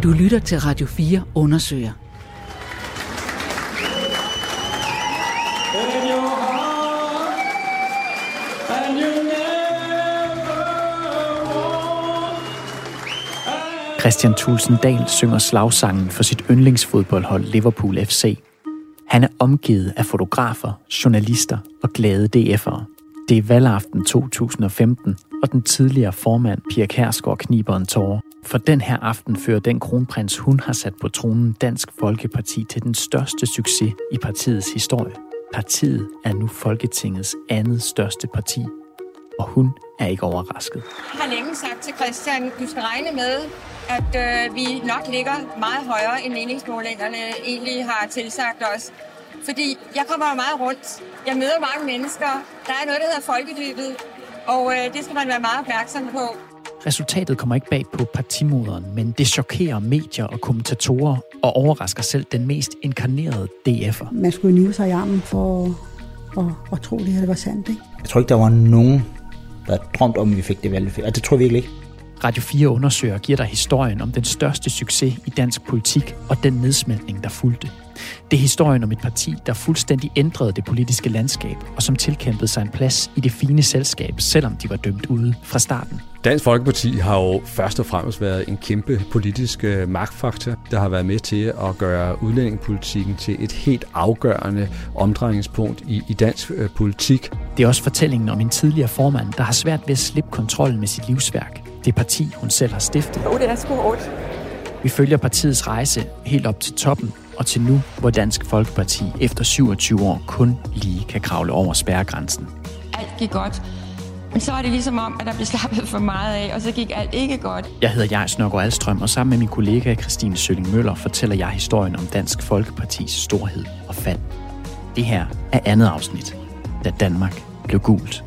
Du lytter til Radio 4 undersøger. Christian Thulesen Dahl synger slagsangen for sit yndlingsfodboldhold Liverpool FC. Han er omgivet af fotografer, journalister og glade DF'ere. Det er valgaften 2015, og den tidligere formand Pia Kjærsgaard kniber en tåre. For den her aften fører den kronprins, hun har sat på tronen, Dansk Folkeparti, til den største succes i partiets historie. Partiet er nu Folketingets andet største parti, og hun er ikke overrasket. Jeg har længe sagt til Christian, du skal regne med, at vi nok ligger meget højere, end meningsmålingerne egentlig har tilsagt os. Fordi jeg kommer meget rundt. Jeg møder mange mennesker. Der er noget, der hedder folkedybet, og det skal man være meget opmærksom på. Resultatet kommer ikke bag på partimoderen, men det chokerer medier og kommentatorer og overrasker selv den mest inkarnerede DF'er. Man skulle nive sig i armen for at tro, det her det var sandt, ikke? Jeg tror ikke, der var nogen, der drømte om, at vi fik det valg. Det tror vi virkelig ikke. Radio 4 undersøger giver dig historien om den største succes i dansk politik og den nedsmeltning, der fulgte. Det er historien om et parti, der fuldstændig ændrede det politiske landskab, og som tilkæmpede sig en plads i det fine selskab, selvom de var dømt ude fra starten. Dansk Folkeparti har jo først og fremmest været en kæmpe politisk magtfaktor, der har været med til at gøre udlændingepolitikken til et helt afgørende omdrejningspunkt i dansk politik. Det er også fortællingen om en tidligere formand, der har svært ved at slippe kontrollen med sit livsværk. Det parti, hun selv har stiftet. Det er sgu hårdt. Vi følger partiets rejse helt op til toppen, og til nu, hvor Dansk Folkeparti efter 27 år kun lige kan kravle over spærregrænsen. Alt gik godt, men så var det ligesom om, at der blev slappet for meget af, og så gik alt ikke godt. Jeg hedder Jais Nørgaard Alstrøm, og sammen med min kollega Christine Sølling Møller fortæller jeg historien om Dansk Folkepartis storhed og fald. Det her er andet afsnit, da Danmark blev gult.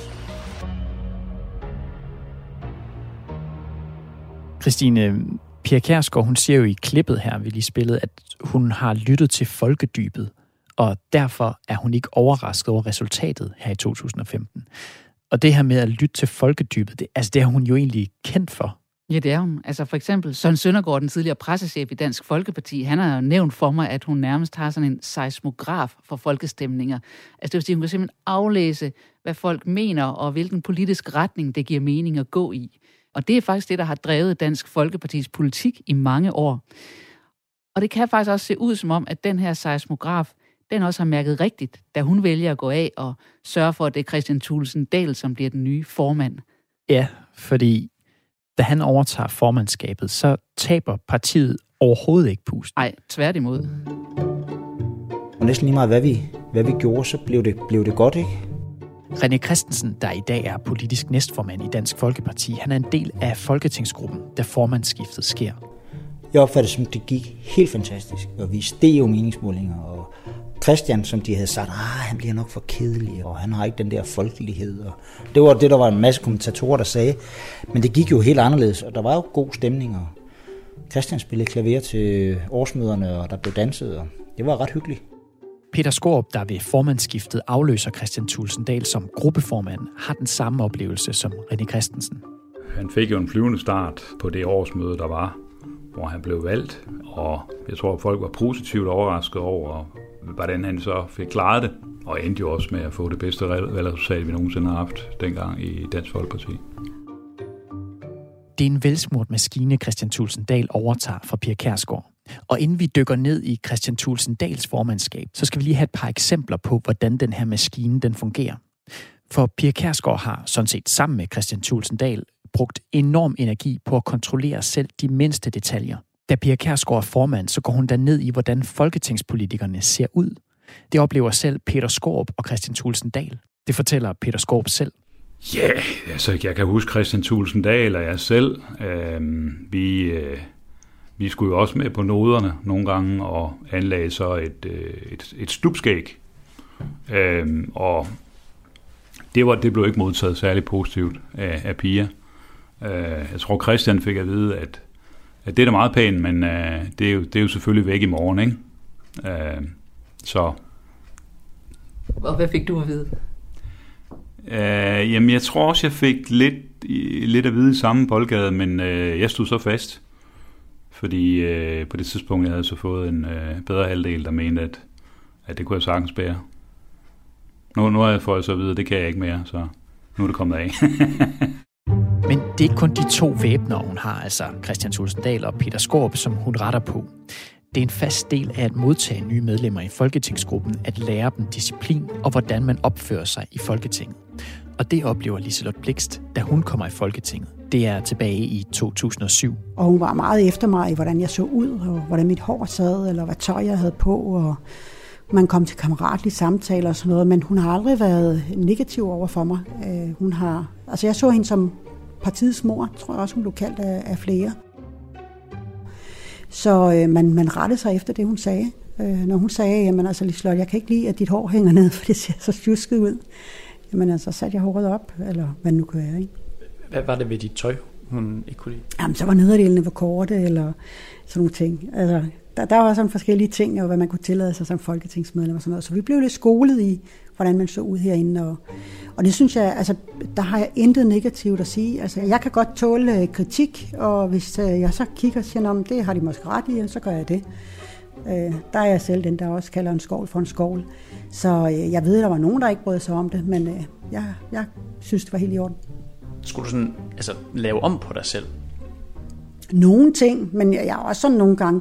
Christine, Pia Kjærsgaard, hun siger jo i klippet her, vi lige spillede, at hun har lyttet til folkedybet, og derfor er hun ikke overrasket over resultatet her i 2015. Og det her med at lytte til folkedybet, det har hun jo egentlig kendt for. Ja, det er hun. Altså for eksempel Søren Søndergaard, den tidligere pressechef i Dansk Folkeparti, han har jo nævnt for mig, at hun nærmest har sådan en seismograf for folkestemninger. Altså det vil sige, hun kan simpelthen aflæse, hvad folk mener, og hvilken politisk retning det giver mening at gå i. Og det er faktisk det, der har drevet Dansk Folkepartis politik i mange år. Og det kan faktisk også se ud som om, at den her seismograf, den også har mærket rigtigt, da hun vælger at gå af og sørge for, at det er Christian Thulesen Dahl, som bliver den nye formand. Ja, fordi da han overtager formandskabet, så taber partiet overhovedet ikke pusten. Nej, tværtimod. Og næsten lige meget, hvad vi gjorde, så blev det godt, ikke? René Christensen, der i dag er politisk næstformand i Dansk Folkeparti, han er en del af folketingsgruppen, da formandsskiftet sker. Jeg opfattede som, det gik helt fantastisk, og vi steg jo meningsmålinger, og Christian, som de havde sagt, han bliver nok for kedelig, og han har ikke den der folkelighed. Og det var det, der var en masse kommentatorer, der sagde. Men det gik jo helt anderledes, og der var jo god stemning, og Christian spillede klaver til årsmøderne, og der blev danset, og det var ret hyggeligt. Peter Skaarup, der ved formandsskiftet afløser Christian Thulesen Dahl som gruppeformand, har den samme oplevelse som René Christensen. Han fik jo en flyvende start på det årsmøde, der var, hvor han blev valgt, og jeg tror, at folk var positivt overrasket over, hvordan han så fik klaret det, og endte jo også med at få det bedste valgresultat, vi nogensinde har haft dengang i Dansk Folkeparti. Det er en velsmurt maskine, Christian Thulesen Dahl overtager fra Pia Kjærsgaard. Og inden vi dykker ned i Christian Thulesen Dahls formandskab, så skal vi lige have et par eksempler på, hvordan den her maskine den fungerer. For Pia Kjærsgaard har sådan set sammen med Christian Thulesen Dahl brugt enorm energi på at kontrollere selv de mindste detaljer. Da Pia Kjærsgaard er formand, så går hun da ned i, hvordan folketingspolitikerne ser ud. Det oplever selv Peter Skaarup og Christian Thulesen Dahl. Det fortæller Peter Skaarup selv. Ja, altså jeg kan huske Christian Thulesen Dahl og jeg selv. Vi skulle jo også med på noderne nogle gange og anlagde så et stubskæg. Og det blev ikke modtaget særlig positivt af Pia. Jeg tror Christian fik at vide, at det er da meget pænt, men det er jo selvfølgelig væk i morgen, ikke? Så. Og hvad fik du at vide? Jamen jeg tror også, jeg fik lidt at vide i samme boldgade, men jeg stod så fast. fordi på det tidspunkt, jeg havde så fået en bedre halvdel, der mente, at det kunne jeg sagtens bære. Nu har jeg fået så at vide, at det kan jeg ikke mere, så nu er det kommet af. Men det er ikke kun de 2 væbner, hun har, altså Kristian Thulesen Dahl og Peter Skaarup, som hun retter på. Det er en fast del af at modtage nye medlemmer i Folketingsgruppen, at lære dem disciplin og hvordan man opfører sig i Folketinget. Og det oplever Liselott Blixt, da hun kommer i Folketinget. Det er tilbage i 2007. Og hun var meget efter mig i, hvordan jeg så ud, og hvordan mit hår sad, eller hvad tøj jeg havde på, og man kom til kammeratlige samtaler og sådan noget, men hun har aldrig været negativ over for mig. Jeg så hende som partiets mor, tror jeg også, hun blev kaldt af flere. Så man rettede sig efter det, hun sagde. Når hun sagde, jamen altså Liselott, jeg kan ikke lide, at dit hår hænger ned, for det ser så sjusket ud. Jamen altså, satte jeg håret op, eller hvad nu kan være, ikke? Hvad var det ved dit tøj, hun ikke kunne lide? Jamen, så var nederdelene for korte, eller sådan nogle ting. Altså, der var sådan forskellige ting, og hvad man kunne tillade sig som folketingsmedlem og sådan noget. Så vi blev lidt skolet i, hvordan man så ud herinde. Og det synes jeg, altså, der har jeg intet negativt at sige. Altså, jeg kan godt tåle kritik, og hvis jeg så kigger og siger, om det har de måske ret i, så gør jeg det. Der er jeg selv den, der også kalder en skål for en skål. Så jeg ved, der var nogen, der ikke brød sig om det, men jeg synes, det var helt i orden. Skulle du sådan, lave om på dig selv? Nogle ting, men jeg har også sådan nogle gange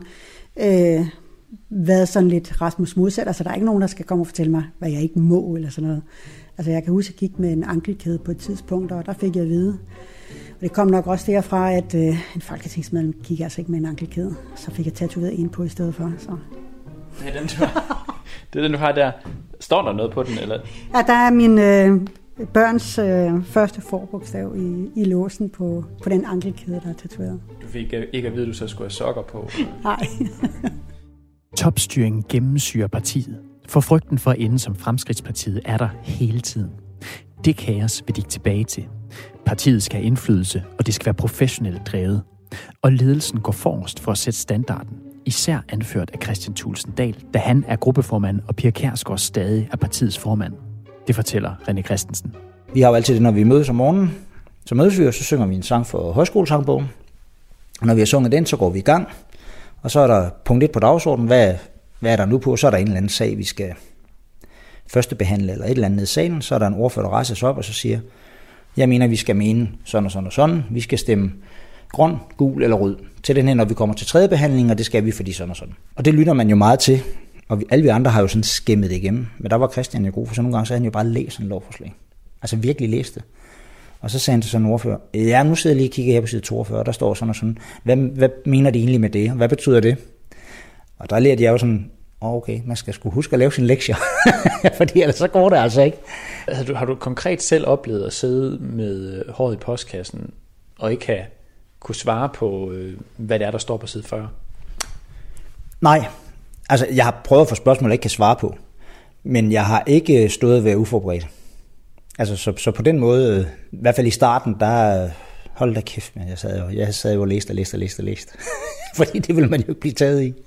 været sådan lidt Rasmus modsat. Altså, der er ikke nogen, der skal komme og fortælle mig, hvad jeg ikke må, eller sådan noget. Altså, jeg kan huske, at jeg gik med en ankelkæde på et tidspunkt, og der fik jeg at vide. Og det kom nok også derfra, at en folketingsmedlem gik altså ikke med en ankelkæde. Så fik jeg tatoveret en på i stedet for. Så. Det er den, du har der. Står der noget på den, eller? Ja, der er min børns første forbogstav i låsen på den ankelkæde, der er tatoveret. Du fik ikke at vide, at du så skulle have sokker på? Nej. Topstyringen gennemsyrer partiet, for frygten for at ende som Fremskridtspartiet er der hele tiden. Det kaos vil de ikke tilbage til. Partiet skal have indflydelse, og det skal være professionelt drevet. Og ledelsen går forrest for at sætte standarden, især anført af Kristian Thulesen Dahl, da han er gruppeformand, og Pia Kjærsgaard stadig er partiets formand. Det fortæller René Christensen. Vi har jo altid det, når vi mødes om morgenen, så mødes vi, og så synger vi en sang for højskolesangbogen. Og når vi har sunget den, så går vi i gang. Og så er der punkt 1 på dagsordenen. Hvad er der nu på? Så er der en eller anden sag, vi skal førstebehandle, eller et eller andet ned i salen. Så er der en ordfører, der rejser sig op og så siger, jeg mener, vi skal mene sådan og sådan og sådan. Vi skal stemme grøn, gul eller rød til den her, når vi kommer til tredje behandling, og det skal vi, fordi sådan og sådan. Og det lytter man jo meget til, og alle vi andre har jo sådan skæmmet det igennem. Men der var Christian jo god, for så nogle gange så havde han jo bare læst sådan en lovforslag. Altså virkelig læst det. Og så sagde han til sådan en ordfører, ja, nu sidder jeg lige og kigger her på side 42, der står sådan og sådan. Hvad mener de egentlig med det? Hvad betyder det? Og der lærte jeg jo sådan, okay, man skal sgu huske at lave sine lektier, fordi ellers så går det altså ikke. Har du konkret selv oplevet at sidde med håret i postkassen, og ikke kunne svare på, hvad det er, der står på side 40? Nej, altså jeg har prøvet at få spørgsmål, jeg ikke kan svare på, men jeg har ikke stået og været uforberedt. Altså så på den måde, i hvert fald i starten, der hold da kæft, men jeg sad jo og læste. Fordi det vil man jo ikke blive taget i.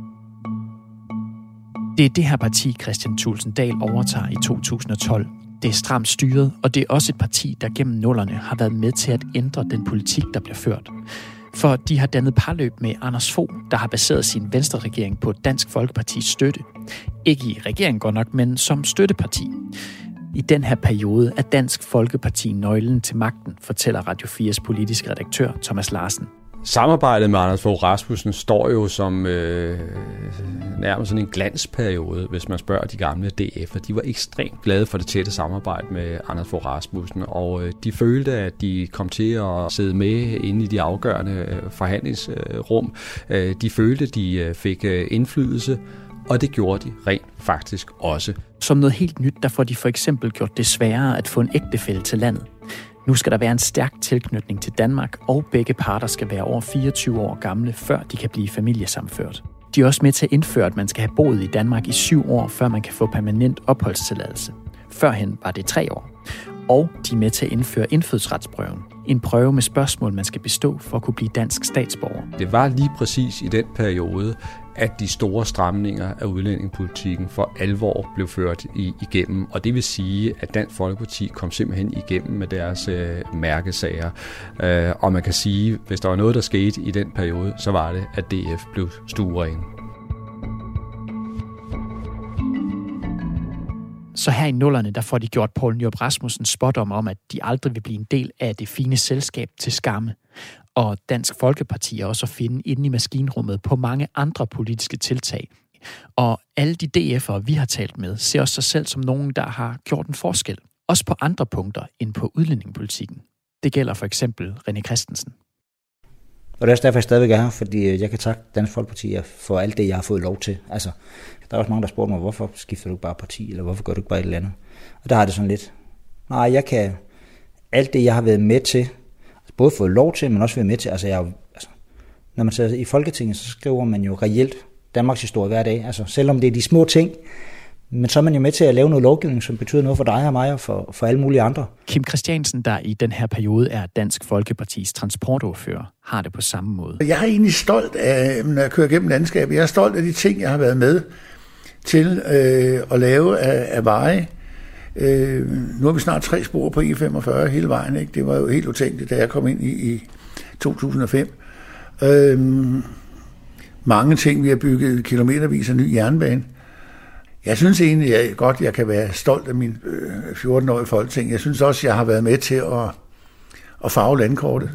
Det er det her parti, Kristian Thulesen Dahl overtager i 2012. Det er stramt styret, og det er også et parti, der gennem nullerne har været med til at ændre den politik, der bliver ført. For de har dannet parløb med Anders Fogh, der har baseret sin Venstre-regering på Dansk Folkepartis støtte. Ikke i regeringen godt nok, men som støtteparti. I den her periode er Dansk Folkeparti nøglen til magten, fortæller Radio 4's politiske redaktør Thomas Larsen. Samarbejdet med Anders Fogh Rasmussen står jo som nærmest sådan en glansperiode, hvis man spørger de gamle DF'er. De var ekstremt glade for det tætte samarbejde med Anders Fogh Rasmussen, og de følte, at de kom til at sidde med inde i de afgørende forhandlingsrum. De følte, at de fik indflydelse, og det gjorde de rent faktisk også. Som noget helt nyt, der får de for eksempel gjort det sværere at få en ægtefælle til landet. Nu skal der være en stærk tilknytning til Danmark, og begge parter skal være over 24 år gamle, før de kan blive familiesammenført. De er også med til at indføre, at man skal have boet i Danmark i 7 år, før man kan få permanent opholdstilladelse. Førhen var det 3 år. Og de er med til at indføre indfødsretsprøven. En prøve med spørgsmål, man skal bestå for at kunne blive dansk statsborger. Det var lige præcis i den periode, at de store stramninger af udlændingepolitikken for alvor blev ført igennem. Og det vil sige, at Dansk Folkeparti kom simpelthen igennem med deres mærkesager. Og man kan sige, hvis der var noget, der skete i den periode, så var det, at DF blev stueren. Så her i nullerne, der får de gjort Poul Nyrup Rasmussen spådom om, at de aldrig vil blive en del af det fine selskab til skamme. Og Dansk Folkeparti er også at finde inde i maskinrummet på mange andre politiske tiltag. Og alle de DF'ere, vi har talt med, ser også sig selv som nogen, der har gjort en forskel. Også på andre punkter end på udlændingepolitikken. Det gælder for eksempel René Christensen. Og det er også derfor, jeg stadigvæk er her, fordi jeg kan takke Dansk Folkeparti for alt det, jeg har fået lov til. Altså, der er også mange, der spurgte mig, hvorfor skifter du ikke bare parti, eller hvorfor gør du ikke bare et eller andet? Og der har det sådan lidt, nej, jeg kan alt det, jeg har været med til, både fået lov til, men også været med til, når man sidder i Folketinget, så skriver man jo reelt Danmarks historie hver dag, altså selvom det er de små ting, men så er man jo med til at lave noget lovgivning, som betyder noget for dig og mig og for alle mulige andre. Kim Christiansen, der i den her periode er Dansk Folkepartis transportordfører, har det på samme måde. Jeg er egentlig stolt af, når jeg kører gennem landskabet, jeg er stolt af de ting, jeg har været med til at lave af veje. Nu har vi snart 3 spor på E45 hele vejen, ikke? Det var jo helt utænkeligt, da jeg kom ind i 2005. Mange ting, vi har bygget kilometervis af ny jernbane. Jeg synes egentlig jeg kan være stolt af min 14-årige folketing. Jeg synes også, jeg har været med til at farve landkortet.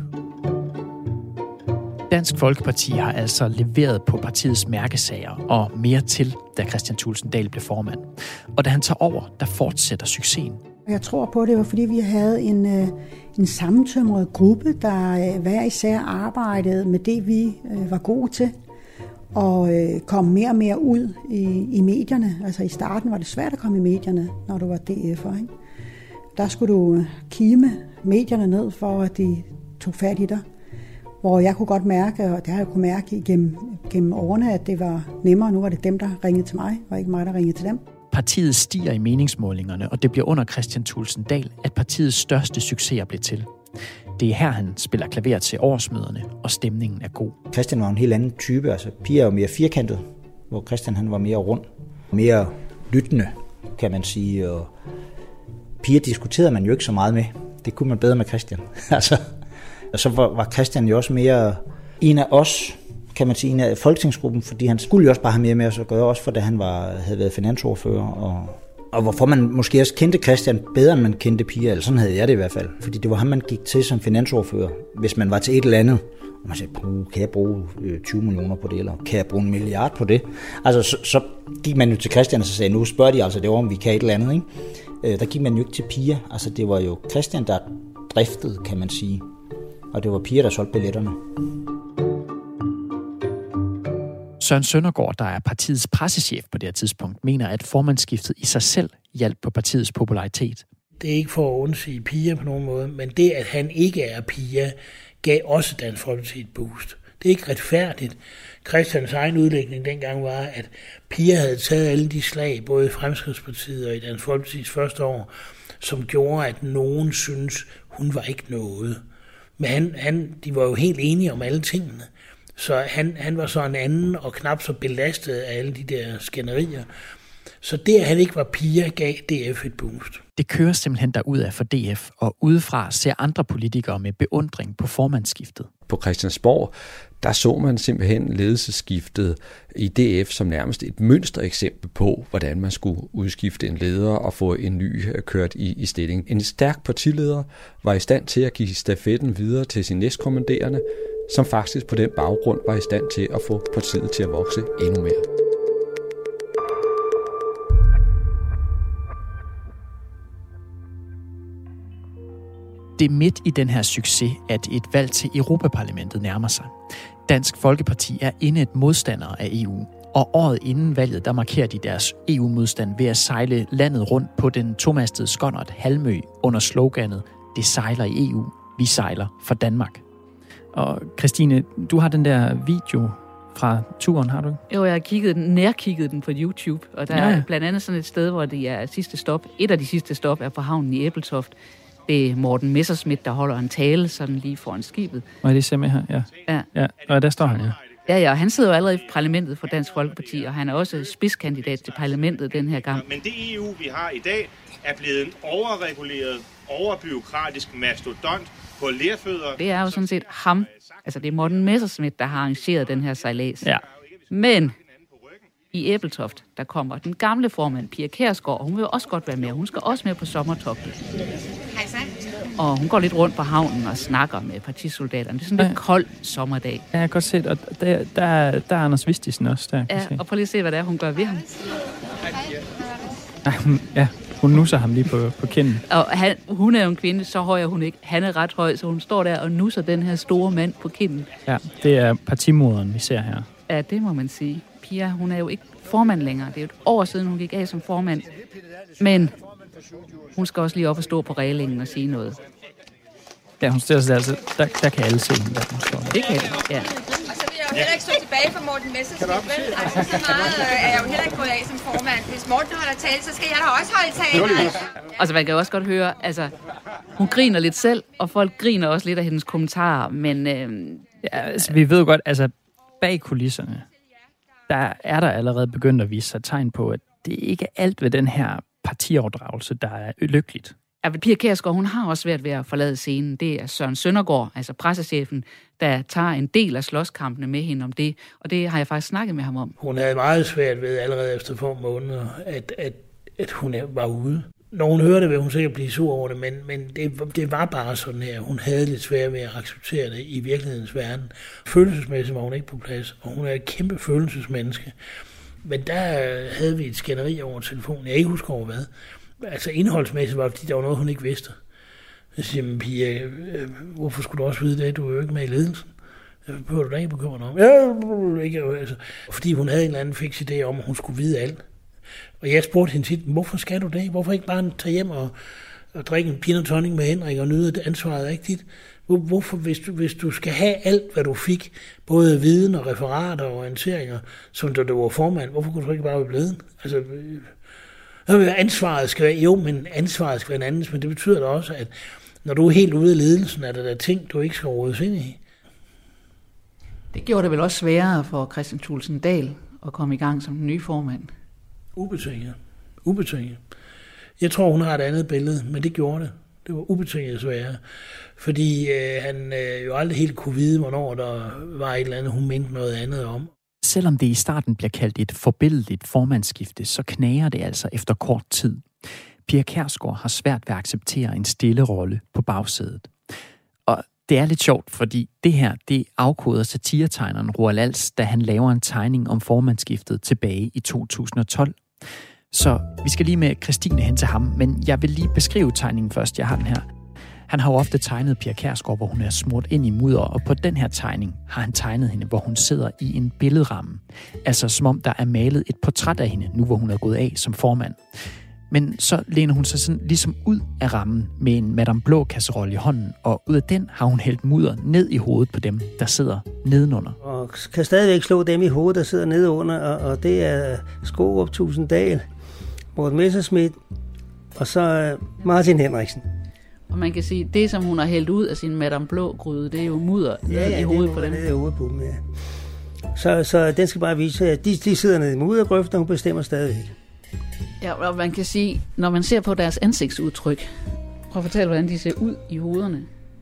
Dansk Folkeparti har altså leveret på partiets mærkesager og mere til, da Kristian Thulesen Dahl blev formand. Og da han tager over, der fortsætter succesen. Jeg tror på, det var fordi vi havde en sammentømret gruppe, der hver især arbejdede med det, vi var gode til. Og kom mere og mere ud i medierne. Altså i starten var det svært at komme i medierne, når du var DF'er, ikke? Der skulle du kime medierne ned, for at de tog fat i dig. Hvor jeg kunne godt mærke, og det har jeg kunne mærke gennem årene, at det var nemmere. Nu var det dem, der ringede til mig, og ikke mig, der ringede til dem. Partiet stiger i meningsmålingerne, og det bliver under Kristian Thulesen Dahl, at partiets største succeser blev til. Det er her, han spiller klaver til årsmøderne, og stemningen er god. Christian var en helt anden type. Altså, Pia er jo mere firkantet, hvor Christian han var mere rund. Mere lyttende, kan man sige. Og Pia diskuterede man jo ikke så meget med. Det kunne man bedre med Christian. Altså, og så var Christian jo også mere en af os, kan man sige, en af folketingsgruppen, fordi han skulle jo også bare have mere med os at gøre, også for da han havde været finansordfører, og hvorfor man måske også kendte Christian bedre, end man kendte Pia, eller sådan havde jeg det i hvert fald. Fordi det var ham, man gik til som finansordfører, hvis man var til et eller andet. Og man sagde, kan jeg bruge 20 millioner på det, eller kan jeg bruge 1 milliard på det? Altså, så gik man jo til Christian og så sagde, nu spørger de altså det om vi kan et eller andet, ikke? Der gik man jo ikke til Pia. Altså, det var jo Christian, der driftede, kan man sige. Og det var Pia, der solgte billetterne. Søren Søndergaard, der er partiets pressechef på det her tidspunkt, mener, at formandsskiftet i sig selv hjalp på partiets popularitet. Det er ikke for at undsige Pia på nogen måde, men det, at han ikke er Pia, gav også Dansk Folkeparti et boost. Det er ikke retfærdigt. Christians egen udlægning dengang var, at Pia havde taget alle de slag, både i Fremskridtspartiet og i Dansk Folkepartis første år, som gjorde, at nogen synes, hun var ikke noget. Men de var jo helt enige om alle tingene. Så han var så en anden og knap så belastet af alle de der skænderier. Så det, at han ikke var Pia, gav DF et boost. Det kører simpelthen derudad for DF, og udefra ser andre politikere med beundring på formandsskiftet. På Christiansborg, der så man simpelthen ledelsesskiftet i DF som nærmest et mønstereksempel på, hvordan man skulle udskifte en leder og få en ny kørt i stilling. En stærk partileder var i stand til at give stafetten videre til sin næstkommanderende, som faktisk på den baggrund var i stand til at få partiet til at vokse endnu mere. Det er midt i den her succes, at et valg til Europaparlamentet nærmer sig. Dansk Folkeparti er indet modstandere af EU, og året inden valget, der markerer de deres EU-modstand ved at sejle landet rundt på den tomastede skonnert Halmø under sloganet "Det sejler i EU, vi sejler for Danmark". Og Christine, du har den der video fra turen, har du? Jo, jeg har nærkigget den på YouTube, og der er blandt andet sådan et sted, hvor det er sidste stop. Et af de sidste stop er på havnen i Ebeltoft. Det er Morten Messerschmidt, der holder en tale sådan lige foran skibet. Og det er simpelthen her, ja. Og der står han, ja. Ja, og han sidder jo allerede i parlamentet for Dansk Folkeparti, og han er også spidskandidat til parlamentet den her gang. Men det EU, vi har i dag, er blevet en overreguleret, overbyråkratisk mastodont på lerfødder. Det er jo sådan set ham, altså det er Morten Messerschmidt, der har arrangeret den her sejlads. Ja. Men i Ebeltoft, der kommer den gamle formand, Pia Kjærsgaard, og hun vil også godt være med. Hun skal også med på sommertogtet. Og hun går lidt rundt på havnen og snakker med partisoldaterne. Det er sådan en lidt kold sommerdag. Ja, jeg kan godt se det. Og der er Anders Vistisen også. Der, ja, og prøv lige at se, hvad det er, hun gør ved ham. Hun nusser ham lige på kinden. Og hun er jo en kvinde, så høj er hun ikke. Han er ret høj, så hun står der og nusser den her store mand på kinden. Ja, det er partimoderen, vi ser her. Ja, det må man sige. Pia, hun er jo ikke formand længere. Det er jo et år siden, hun gik af som formand. Men hun skal også lige op og stå på reglingen og sige noget. Ja, hun stiller sig altså. Der kan alle se hende, der hun står. Det kan det, ja. Og så vil jeg jo heller ikke stå tilbage for Morten Messerschmidt. Altså, så meget er jeg jo heller ikke gået af som formand. Hvis Morten holder tale, så skal jeg da også holde tale. Altså, man kan jo også godt høre, altså, hun griner lidt selv, og folk griner også lidt af hendes kommentarer, men... Ja, altså, vi ved jo godt, altså, bag kulisserne, der er der allerede begyndt at vise sig tegn på, at det ikke er alt ved den her partioverdragelse, der er lykkeligt. Ja, Pia Kjærsgaard, hun har også svært ved at forlade scenen. Det er Søren Søndergaard, altså pressechefen, der tager en del af slåskampene med hende om det, og det har jeg faktisk snakket med ham om. Hun havde meget svært ved allerede efter få måneder, at hun var ude. Når hun hører det, vil hun sikkert blive sur over det, men det var bare sådan her. Hun havde lidt svært ved at acceptere det i virkelighedens verden. Følelsesmæssigt var hun ikke på plads, og hun er et kæmpe følelsesmenneske. Men der havde vi et skænderi over telefonen. Jeg ikke husker over hvad. Altså indholdsmæssigt var det, fordi der var noget, hun ikke vidste. Så siger man, Pia, hvorfor skulle du også vide det? Du er jo ikke med i ledelsen. Behøver du da ikke bekymre dig om? Ja, ikke. Altså, fordi hun havde en eller anden fiks idé om, at hun skulle vide alt. Og jeg spurgte hende tit, hvorfor skal du det? Hvorfor ikke bare tage hjem og drikke en gin og tonic med Henrik og nyde det ansvaret rigtigt? Hvorfor, hvis du skal have alt, hvad du fik, både viden og referater og orienteringer, som da du var formand, hvorfor kunne du ikke bare være blevet? Altså, ansvaret skal være, jo, men ansvaret skal være en andens, men det betyder da også, at når du er helt ude af ledelsen, er der ting, du ikke skal rådes ind i. Det gjorde det vel også sværere for Kristian Thulesen Dahl at komme i gang som den nye formand? Ubetinget. Jeg tror, hun har et andet billede, men det gjorde det. Det var ubetinget sværere. Fordi han jo aldrig helt kunne vide, hvornår der var et eller andet, hun mente noget andet om. Selvom det i starten bliver kaldt et forbilledeligt formandsskifte, så knager det altså efter kort tid. Pia Kjærsgaard har svært ved at acceptere en stille rolle på bagsædet. Og det er lidt sjovt, fordi det her, det afkoder satiretegneren Roald Als, da han laver en tegning om formandsskiftet tilbage i 2012. Så vi skal lige med Christine hen til ham, men jeg vil lige beskrive tegningen først. Jeg har den her. Han har jo ofte tegnet Pia Kjærsgaard, hvor hun er smurt ind i mudder, og på den her tegning har han tegnet hende, hvor hun sidder i en billedramme. Altså som om der er malet et portræt af hende, nu hvor hun er gået af som formand. Men så læner hun sig sådan ligesom ud af rammen med en Madame Blå kasserolle i hånden, og ud af den har hun hældt mudder ned i hovedet på dem, der sidder nedenunder. Og kan stadigvæk slå dem i hovedet, der sidder nedenunder, og det er Skårup Tusinddal, Morten Messerschmidt og så Martin Henriksen. Og man kan sige, det som hun har hældt ud af sin Madame Blå gryde, det er jo mudder ned i hovedet på dem. Ja, det er i hovedet på dem, ja. Så den skal bare vise, at de sidder nede i muddergrøften, og hun bestemmer stadigvæk. Ja, og man kan sige, når man ser på deres ansigtsudtryk, prøv at fortælle, hvordan de ser ud i hovederne.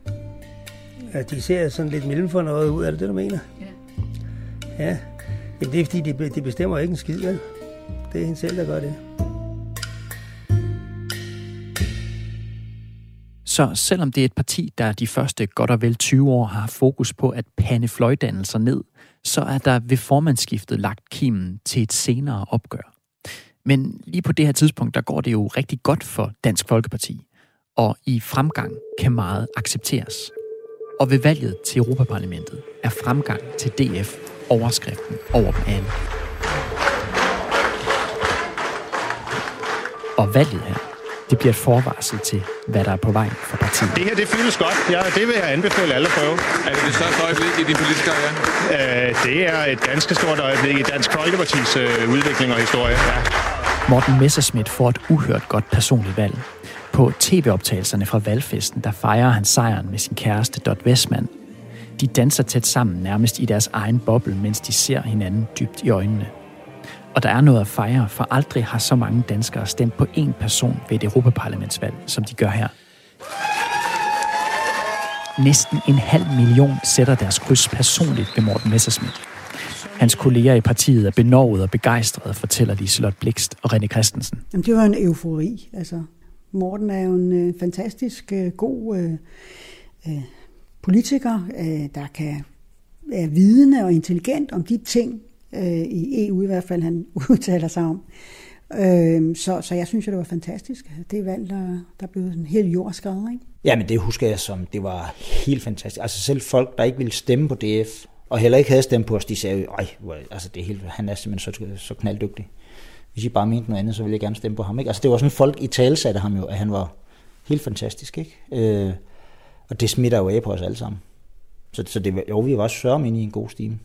Ja, de ser sådan lidt mellemfornøjet ud, er det det, du mener? Ja. Ja, jamen, det er fordi, de bestemmer ikke en skid, vel? Det er hende selv, der gør det. Så selvom det er et parti, der de første godt og vel 20 år har fokus på at pande fløjdannelser ned, så er der ved formandsskiftet lagt kimen til et senere opgør. Men lige på det her tidspunkt, der går det jo rigtig godt for Dansk Folkeparti, og i fremgang kan meget accepteres. Og ved valget til Europaparlamentet er fremgang til DF overskriften over dem alle. Og valget her, det bliver et forvarsel til, hvad der er på vej for partiet. Det her, det føles godt. Ja, det vil jeg anbefale alle at prøve. Er det det største øjeblik i din politiske karriere? Det er et ganske stort øjeblik i Dansk Folkepartis udvikling og historie. Ja. Morten Messerschmidt får et uhørt godt personligt valg. På tv-optagelserne fra valgfesten, der fejrer han sejren med sin kæreste Dot Westman. De danser tæt sammen, nærmest i deres egen boble, mens de ser hinanden dybt i øjnene. Og der er noget at fejre, for aldrig har så mange danskere stemt på én person ved et europaparlamentsvalg, som de gør her. Næsten 500.000 sætter deres kryds personligt ved Morten Messerschmidt. Hans kolleger i partiet er benovet og begejstrede, fortæller Liselott Blixt og René Christensen. Jamen, det var en eufori. Altså, Morten er jo en fantastisk god politiker, der kan være vidende og intelligent om de ting, i EU i hvert fald, han udtaler sig om. Så jeg synes, det var fantastisk. Det valg, der blev en hel jord skrevet, ikke? Ja, men det husker jeg som, det var helt fantastisk. Altså selv folk, der ikke ville stemme på DF, og heller ikke havde stemt på os, de sagde, altså det er helt, han er simpelthen så knalddygtig. Hvis I bare mente noget andet, så ville jeg gerne stemme på ham, ikke? Altså det var sådan, folk i talesatte ham jo, at han var helt fantastisk, ikke? Og det smitter jo af på os alle sammen. Så det var, vi var også sørme inde i en god stime.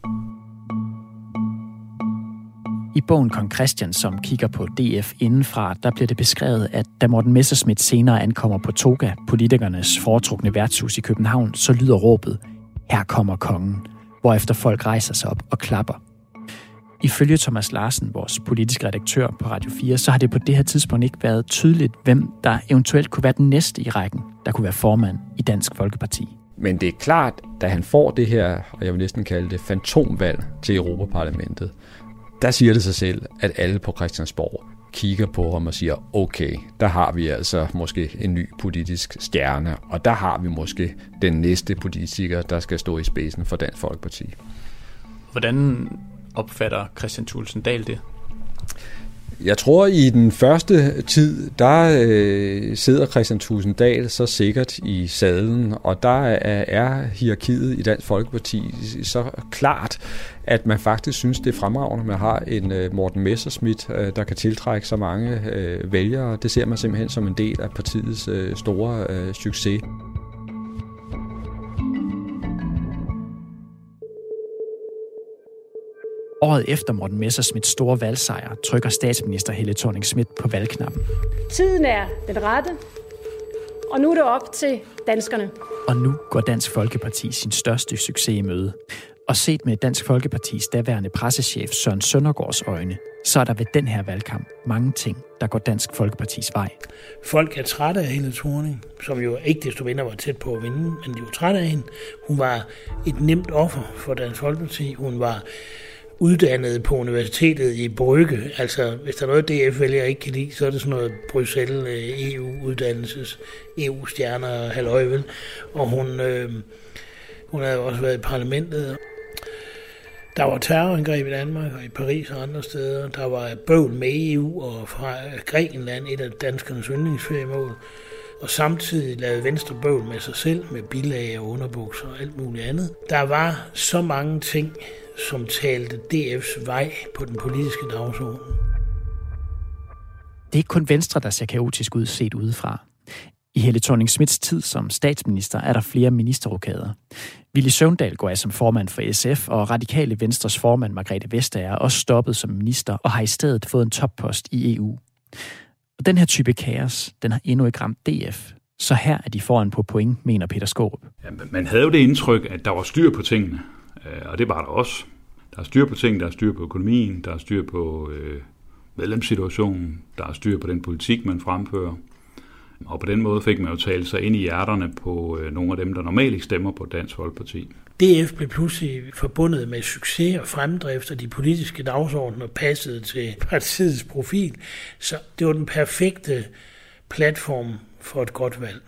I bogen Kong Christian, som kigger på DF indenfra, der bliver det beskrevet, at da Morten Messerschmidt senere ankommer på Toga, politikernes foretrukne værtshus i København, så lyder råbet, her kommer kongen, hvorefter folk rejser sig op og klapper. Ifølge Thomas Larsen, vores politiske redaktør på Radio 4, så har det på det her tidspunkt ikke været tydeligt, hvem der eventuelt kunne være den næste i rækken, der kunne være formand i Dansk Folkeparti. Men det er klart, da han får det her, og jeg vil næsten kalde det fantomvalg til Europaparlamentet, der siger det sig selv, at alle på Christiansborg kigger på ham og siger, okay, der har vi altså måske en ny politisk stjerne, og der har vi måske den næste politiker, der skal stå i spidsen for Dansk Folkeparti. Hvordan opfatter Kristian Thulesen Dahl det? Jeg tror, i den første tid, der sidder Kristian Thulesen Dahl så sikkert i sadlen, og der er hierarkiet i Dansk Folkeparti så klart, at man faktisk synes, det er fremragende, at man har en Morten Messerschmidt, der kan tiltrække så mange vælgere. Det ser man simpelthen som en del af partiets store succes. Året efter Morten Messerschmidts store valgsejr trykker statsminister Helle Thorning-Schmidt på valgknappen. Tiden er den rette, og nu er det op til danskerne. Og nu går Dansk Folkeparti sin største succes i møde. Og set med Dansk Folkepartis daværende pressechef Søren Søndergaards øjne, så er der ved den her valgkamp mange ting, der går Dansk Folkepartis vej. Folk er trætte af Helle Thorning, som jo ikke desto mindre var tæt på at vinde, men de var trætte af hende. Hun var et nemt offer for Dansk Folkeparti. Hun var uddannet på universitetet i Brygge. Altså, hvis der er noget, DF vælger ikke kan lide, så er det sådan noget Bruxelles, EU-uddannelses, EU-stjerner, halløjvel. Og hun havde også været i parlamentet. Der var terrorangreb i Danmark og i Paris og andre steder. Der var bøvl med EU og fra Grækenland, et af danskernes yndlingsferiemål. Og samtidig lavede Venstre bøvl med sig selv, med bilag og underbukser og alt muligt andet. Der var så mange ting, som talte DF's vej på den politiske dagsorden. Det er ikke kun Venstre, der ser kaotisk ud set udefra. I Helle Thorning-Schmidts tid som statsminister er der flere ministerrokader. Villy Søvndal går af som formand for SF, og Radikale Venstres formand Margrethe Vestager er også stoppet som minister og har i stedet fået en toppost i EU. Og den her type kaos, den har endnu ikke ramt DF. Så her er de foran på point, mener Peter Skaarup. Ja, man havde jo det indtryk, at der var styr på tingene, og det var der også. Der er styr på ting, der er styr på økonomien, der er styr på medlemssituationen, der er styr på den politik, man fremfører. Og på den måde fik man jo talt sig ind i hjerterne på nogle af dem, der normalt ikke stemmer på Dansk Folkeparti. DF blev pludselig forbundet med succes og fremdrift, og de politiske dagsordner passede til partiets profil. Så det var den perfekte platform for et godt valg.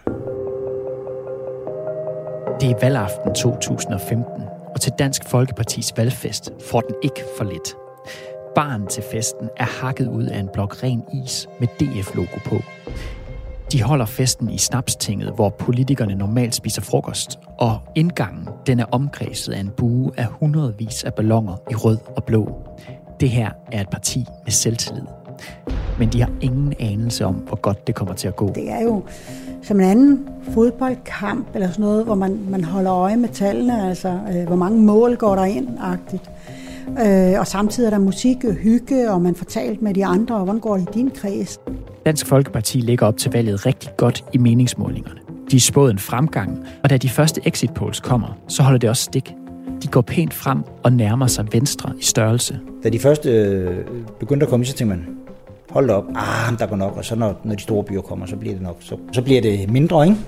Det er valgaften 2015, og til Dansk Folkepartis valgfest får den ikke for lidt. Baren til festen er hakket ud af en blok ren is med DF-logo på. De holder festen i Snapstinget, hvor politikerne normalt spiser frokost, og indgangen den er omkredset af en bue af hundredvis af balloner i rød og blå. Det her er et parti med selvtillid. Men de har ingen anelse om, hvor godt det kommer til at gå. Det er jo som en anden fodboldkamp, eller sådan noget, hvor man holder øje med tallene, altså hvor mange mål går der ind-agtigt. Og samtidig er der musik og hygge, og man får talt med de andre, og hvordan går det i din kreds? Dansk Folkeparti ligger op til valget rigtig godt i meningsmålingerne. De er spået en fremgang, og da de første exit polls kommer, så holder det også stik. De går pænt frem og nærmer sig Venstre i størrelse. Da de første begyndte at komme, så tænker man, hold da op, der går nok, og så når de store byer kommer, så bliver det nok. Så bliver det mindre, ikke?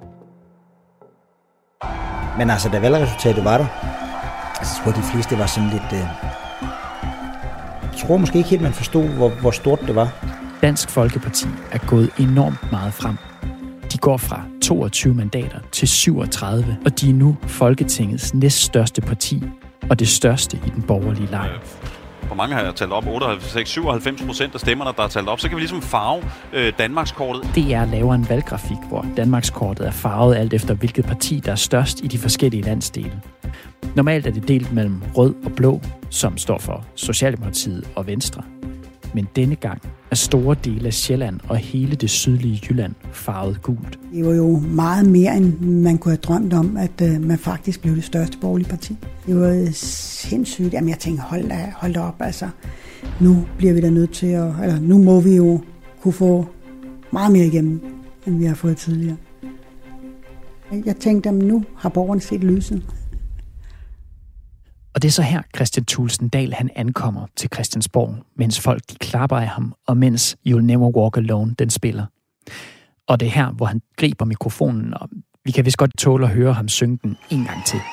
Men altså, da valgresultatet var der, altså, jeg tror, de fleste var sådan lidt... Jeg tror måske ikke helt, man forstod, hvor stort det var. Dansk Folkeparti er gået enormt meget frem. De går fra 22 mandater til 37, og de er nu Folketingets næststørste parti, og det største i den borgerlige lejr. For mange har talt op, 97% af stemmerne, der er talt op, så kan vi ligesom farve Danmarkskortet. DR laver en valggrafik, hvor Danmarkskortet er farvet alt efter, hvilket parti, der er størst i de forskellige landsdele. Normalt er det delt mellem rød og blå, som står for Socialdemokratiet og Venstre. Men denne gang er store dele af Sjælland og hele det sydlige Jylland farvet gult. Det var jo meget mere, end man kunne have drømt om, at man faktisk blev det største borgerlige parti. Det var sindssygt. Jamen jeg tænkte, hold da op, altså. Nu bliver vi da nødt til nu må vi jo kunne få meget mere igennem, end vi har fået tidligere. Jeg tænkte, at nu har borgerne set lyset. Og det er så her, Kristian Thulesen Dahl han ankommer til Christiansborg, mens folk de klapper af ham, og mens You'll Never Walk Alone, den spiller. Og det er her, hvor han griber mikrofonen, og vi kan vist godt tåle at høre ham synge den en gang til.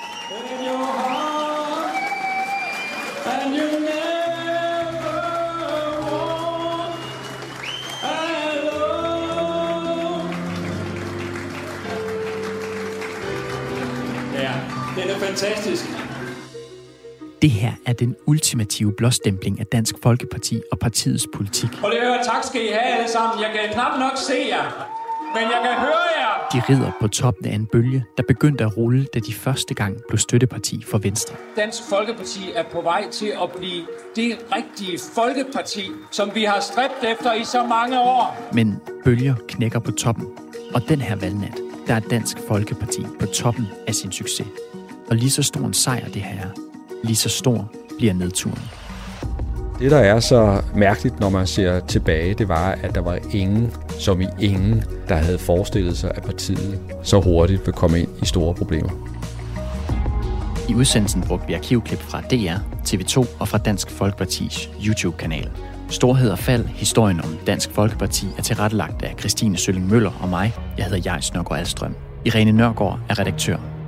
Ja, den er fantastisk. Det her er den ultimative blåstempling af Dansk Folkeparti og partiets politik. Og det hører, tak skal I have alle sammen. Jeg kan knap nok se jer, men jeg kan høre jer. De rider på toppen af en bølge, der begyndte at rulle, da de første gang blev støtteparti for Venstre. Dansk Folkeparti er på vej til at blive det rigtige folkeparti, som vi har stræbt efter i så mange år. Men bølger knækker på toppen, og den her valgnat, der er Dansk Folkeparti på toppen af sin succes. Og lige så stor en sejr det her er, lige så stor bliver nedturen. Det, der er så mærkeligt, når man ser tilbage, det var, at der var ingen, som i ingen, der havde forestillet sig, at partiet så hurtigt vil komme ind i store problemer. I udsendelsen brugte vi arkivklip fra DR, TV2 og fra Dansk Folkepartis YouTube-kanal. Storhed og fald, historien om Dansk Folkeparti er tilrettelagt af Christine Sølling Møller og mig. Jeg hedder Jais Nørgaard Alstrøm. Irene Nørgaard er redaktør.